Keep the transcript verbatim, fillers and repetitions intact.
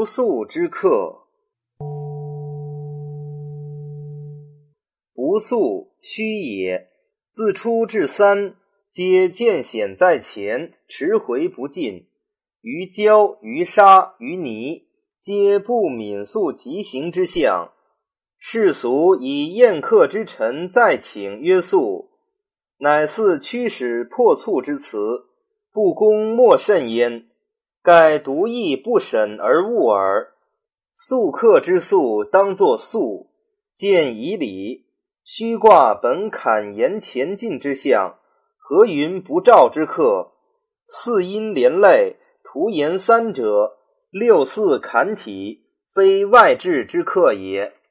不速之客。不速，虚也。自出至三，皆见险在前，迟回不进。于交，于沙，于泥，皆不敏速急行之象。世俗以宴客之臣再请曰速，乃似驱使破促之辞，不公莫甚焉。盖独议不审而误耳。速客之速，当作速，见以礼。虚卦本坎言前进之象，何云不兆之客？四音连类，图言三者，六四坎体，非外置之客也。